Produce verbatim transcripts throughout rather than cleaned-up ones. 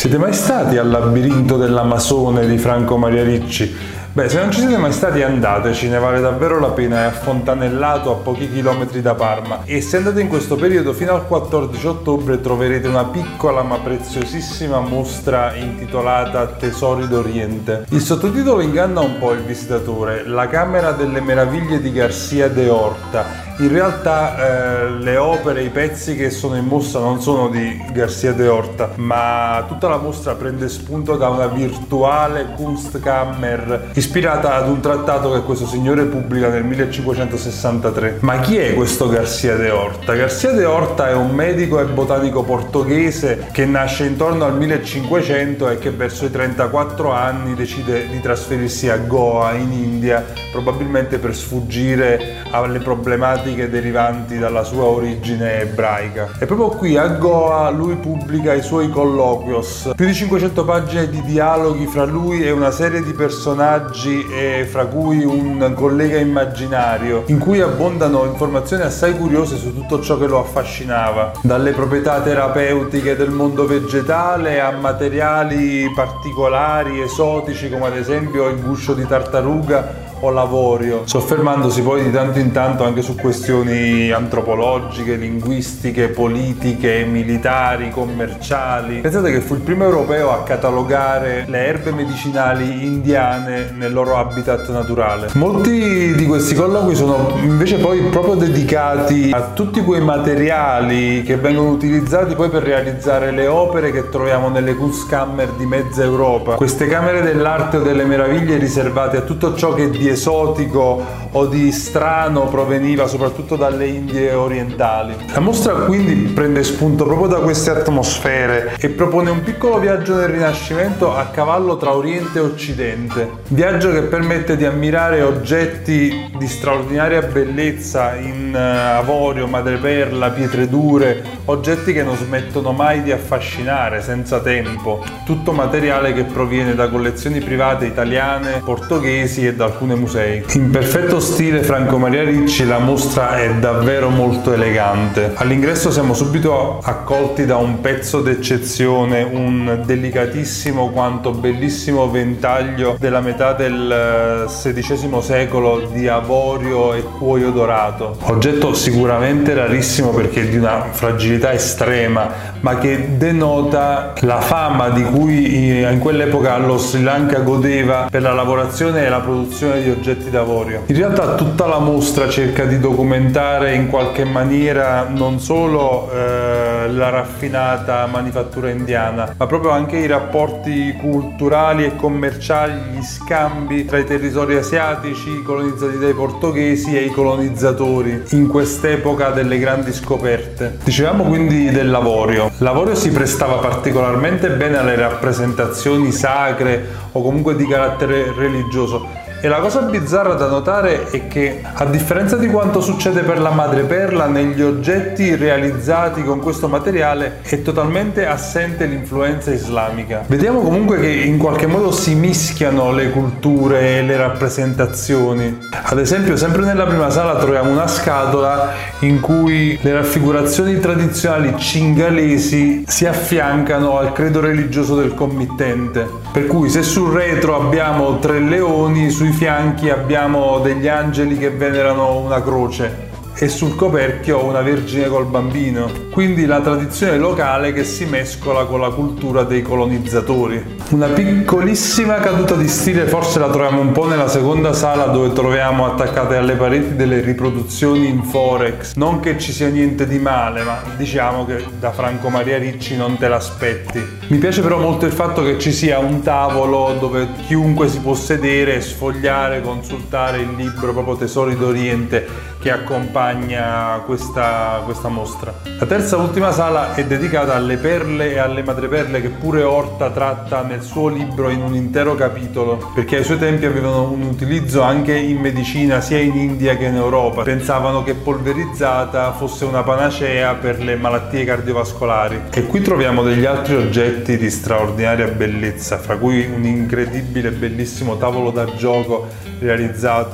Siete mai stati al labirinto dell'Amazone di Franco Maria Ricci? Beh, se non ci siete mai stati andateci, ne vale davvero la pena, è a Fontanellato, a pochi chilometri da Parma. E se andate in questo periodo fino al quattordici ottobre troverete una piccola ma preziosissima mostra intitolata Tesori d'Oriente. Il sottotitolo inganna un po' il visitatore, La Camera delle Meraviglie di García de Horta. In realtà eh, le opere, i pezzi che sono in mostra non sono di García de Horta, ma tutta la mostra prende spunto da una virtuale Kunstkammer ispirata ad un trattato che questo signore pubblica nel millecinquecentosessantatré. Ma chi è questo García de Horta? García de Horta è un medico e botanico portoghese che nasce intorno al millecinquecento e che verso i trentaquattro anni decide di trasferirsi a Goa in India, probabilmente per sfuggire alle problematiche derivanti dalla sua origine ebraica. E proprio qui a Goa lui pubblica i suoi colloquios, più di cinquecento pagine di dialoghi fra lui e una serie di personaggi, e fra cui un collega immaginario, in cui abbondano informazioni assai curiose su tutto ciò che lo affascinava, dalle proprietà terapeutiche del mondo vegetale a materiali particolari, esotici, come ad esempio il guscio di tartaruga o l'avorio, soffermandosi poi di tanto in tanto anche su questioni antropologiche, linguistiche, politiche, militari, commerciali. Pensate che fu il primo europeo a catalogare le erbe medicinali indiane nel loro habitat naturale. Molti di questi colloqui sono invece poi proprio dedicati a tutti quei materiali che vengono utilizzati poi per realizzare le opere che troviamo nelle Kunstkammer di mezza Europa, queste camere dell'arte o delle meraviglie riservate a tutto ciò che di esotico o di strano proveniva soprattutto dalle Indie orientali. La mostra quindi prende spunto proprio da queste atmosfere e propone un piccolo viaggio nel Rinascimento a cavallo tra Oriente e Occidente, viaggio che permette di ammirare oggetti di straordinaria bellezza in avorio, madreperla, pietre dure, oggetti che non smettono mai di affascinare senza tempo, tutto materiale che proviene da collezioni private italiane, portoghesi e da alcune musei. In perfetto stile Franco Maria Ricci la mostra è davvero molto elegante. All'ingresso siamo subito accolti da un pezzo d'eccezione, un delicatissimo quanto bellissimo ventaglio della metà del sedicesimo secolo di avorio e cuoio dorato. Oggetto sicuramente rarissimo perché di una fragilità estrema, ma che denota la fama di cui in quell'epoca lo Sri Lanka godeva per la lavorazione e la produzione di oggetti d'avorio. In realtà tutta la mostra cerca di documentare in qualche maniera non solo eh, la raffinata manifattura indiana, ma proprio anche i rapporti culturali e commerciali, gli scambi tra i territori asiatici colonizzati dai portoghesi e i colonizzatori in quest'epoca delle grandi scoperte. Dicevamo quindi dell'avorio. L'avorio si prestava particolarmente bene alle rappresentazioni sacre o comunque di carattere religioso. E la cosa bizzarra da notare è che, a differenza di quanto succede per la madreperla, negli oggetti realizzati con questo materiale è totalmente assente l'influenza islamica. Vediamo comunque che in qualche modo si mischiano le culture e le rappresentazioni. Ad esempio, sempre nella prima sala troviamo una scatola in cui le raffigurazioni tradizionali cingalesi si affiancano al credo religioso del committente. Per cui se sul retro abbiamo tre leoni, sui fianchi abbiamo degli angeli che venerano una croce e sul coperchio una vergine col bambino. Quindi la tradizione locale che si mescola con la cultura dei colonizzatori. Una piccolissima caduta di stile forse la troviamo un po' nella seconda sala, dove troviamo attaccate alle pareti delle riproduzioni in forex. Non che ci sia niente di male, ma diciamo che da Franco Maria Ricci non te l'aspetti. Mi piace però molto il fatto che ci sia un tavolo dove chiunque si può sedere, sfogliare, consultare il libro proprio Tesori d'Oriente che accompagna questa, questa mostra. La terza ultima sala è dedicata alle perle e alle madreperle che pure Horta tratta nel suo libro in un intero capitolo, perché ai suoi tempi avevano un utilizzo anche in medicina sia in India che in Europa. Pensavano che polverizzata fosse una panacea per le malattie cardiovascolari. E qui troviamo degli altri oggetti di straordinaria bellezza, fra cui un incredibile bellissimo tavolo da gioco realizzato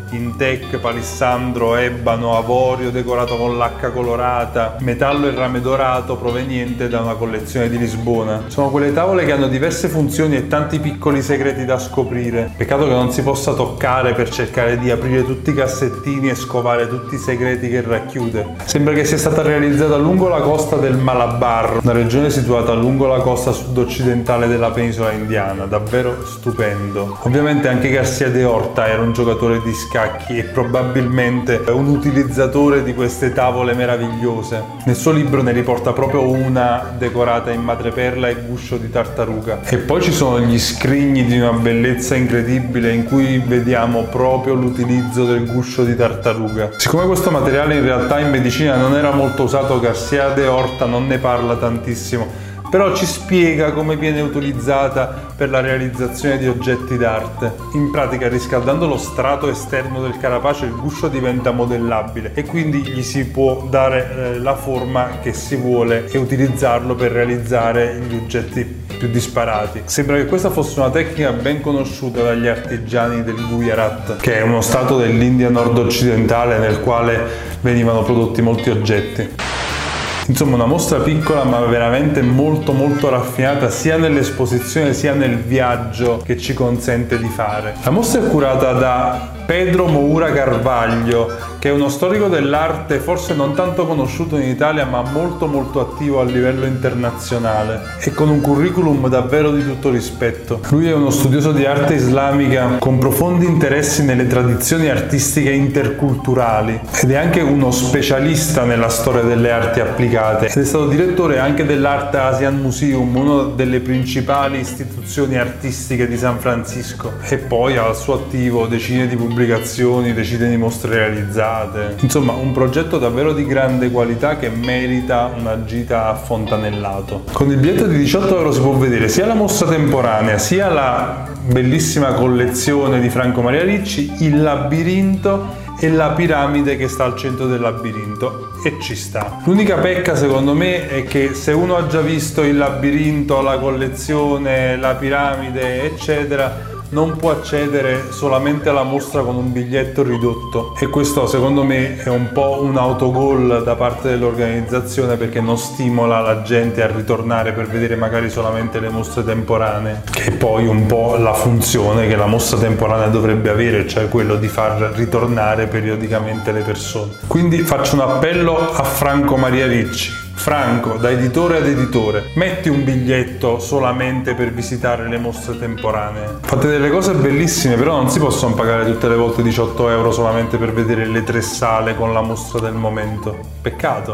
in teak, palissandro, ebano, avorio decorato con lacca colorata, metallo e rame dorato proveniente da una collezione di Lisbona. Sono quelle tavole che hanno diverse funzioni e tanti piccoli segreti da scoprire. Peccato che non si possa toccare per cercare di aprire tutti i cassettini e scovare tutti i segreti che racchiude. Sembra che sia stata realizzata lungo la costa del Malabar, una regione situata lungo la costa sud-occidentale della penisola indiana. Davvero stupendo. Ovviamente anche García de Horta era un giocatore di scacchi e probabilmente un utilizzatore di queste tavole meravigliose. Nel suo libro ne riporta proprio una decorata in madreperla e guscio di tartaruga. E poi ci sono gli scrigni di una bellezza incredibile in cui vediamo proprio l'utilizzo del guscio di tartaruga. Siccome questo materiale in realtà in medicina non era molto usato, García de Horta non ne parla tantissimo, però ci spiega come viene utilizzata per la realizzazione di oggetti d'arte. In pratica, riscaldando lo strato esterno del carapace, il guscio diventa modellabile e quindi gli si può dare eh, la forma che si vuole e utilizzarlo per realizzare gli oggetti più disparati. Sembra che questa fosse una tecnica ben conosciuta dagli artigiani del Gujarat, che è uno stato dell'India nord-occidentale nel quale venivano prodotti molti oggetti. Insomma, una mostra piccola ma veramente molto molto raffinata sia nell'esposizione sia nel viaggio che ci consente di fare. La mostra è curata da Pedro Moura Carvalho, che è uno storico dell'arte forse non tanto conosciuto in Italia ma molto molto attivo a livello internazionale e con un curriculum davvero di tutto rispetto. Lui è uno studioso di arte islamica con profondi interessi nelle tradizioni artistiche interculturali ed è anche uno specialista nella storia delle arti applicate ed è stato direttore anche dell'Art Asian Museum, una delle principali istituzioni artistiche di San Francisco, e poi ha al suo attivo decine di pubblicazioni, decine di mostre realizzate. Insomma, un progetto davvero di grande qualità che merita una gita a Fontanellato. Con il biglietto di diciotto euro si può vedere sia la mostra temporanea sia la bellissima collezione di Franco Maria Ricci, il labirinto e la piramide che sta al centro del labirinto, e ci sta. L'unica pecca secondo me è che se uno ha già visto il labirinto, la collezione, la piramide eccetera, non può accedere solamente alla mostra con un biglietto ridotto, e questo secondo me è un po' un autogol da parte dell'organizzazione, perché non stimola la gente a ritornare per vedere magari solamente le mostre temporanee, che è poi un po' la funzione che la mostra temporanea dovrebbe avere, cioè quello di far ritornare periodicamente le persone. Quindi faccio un appello a Franco Maria Ricci. Franco, da editore ad editore, metti un biglietto solamente per visitare le mostre temporanee. Fate delle cose bellissime, però non si possono pagare tutte le volte diciotto euro solamente per vedere le tre sale con la mostra del momento. Peccato.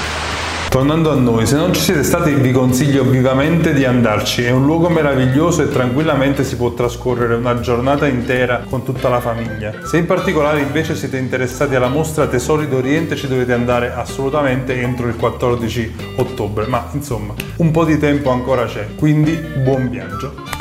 Tornando a noi, se non ci siete stati vi consiglio vivamente di andarci, è un luogo meraviglioso e tranquillamente si può trascorrere una giornata intera con tutta la famiglia. Se in particolare invece siete interessati alla mostra Tesori d'Oriente ci dovete andare assolutamente entro il quattordici ottobre, ma insomma un po' di tempo ancora c'è, quindi buon viaggio!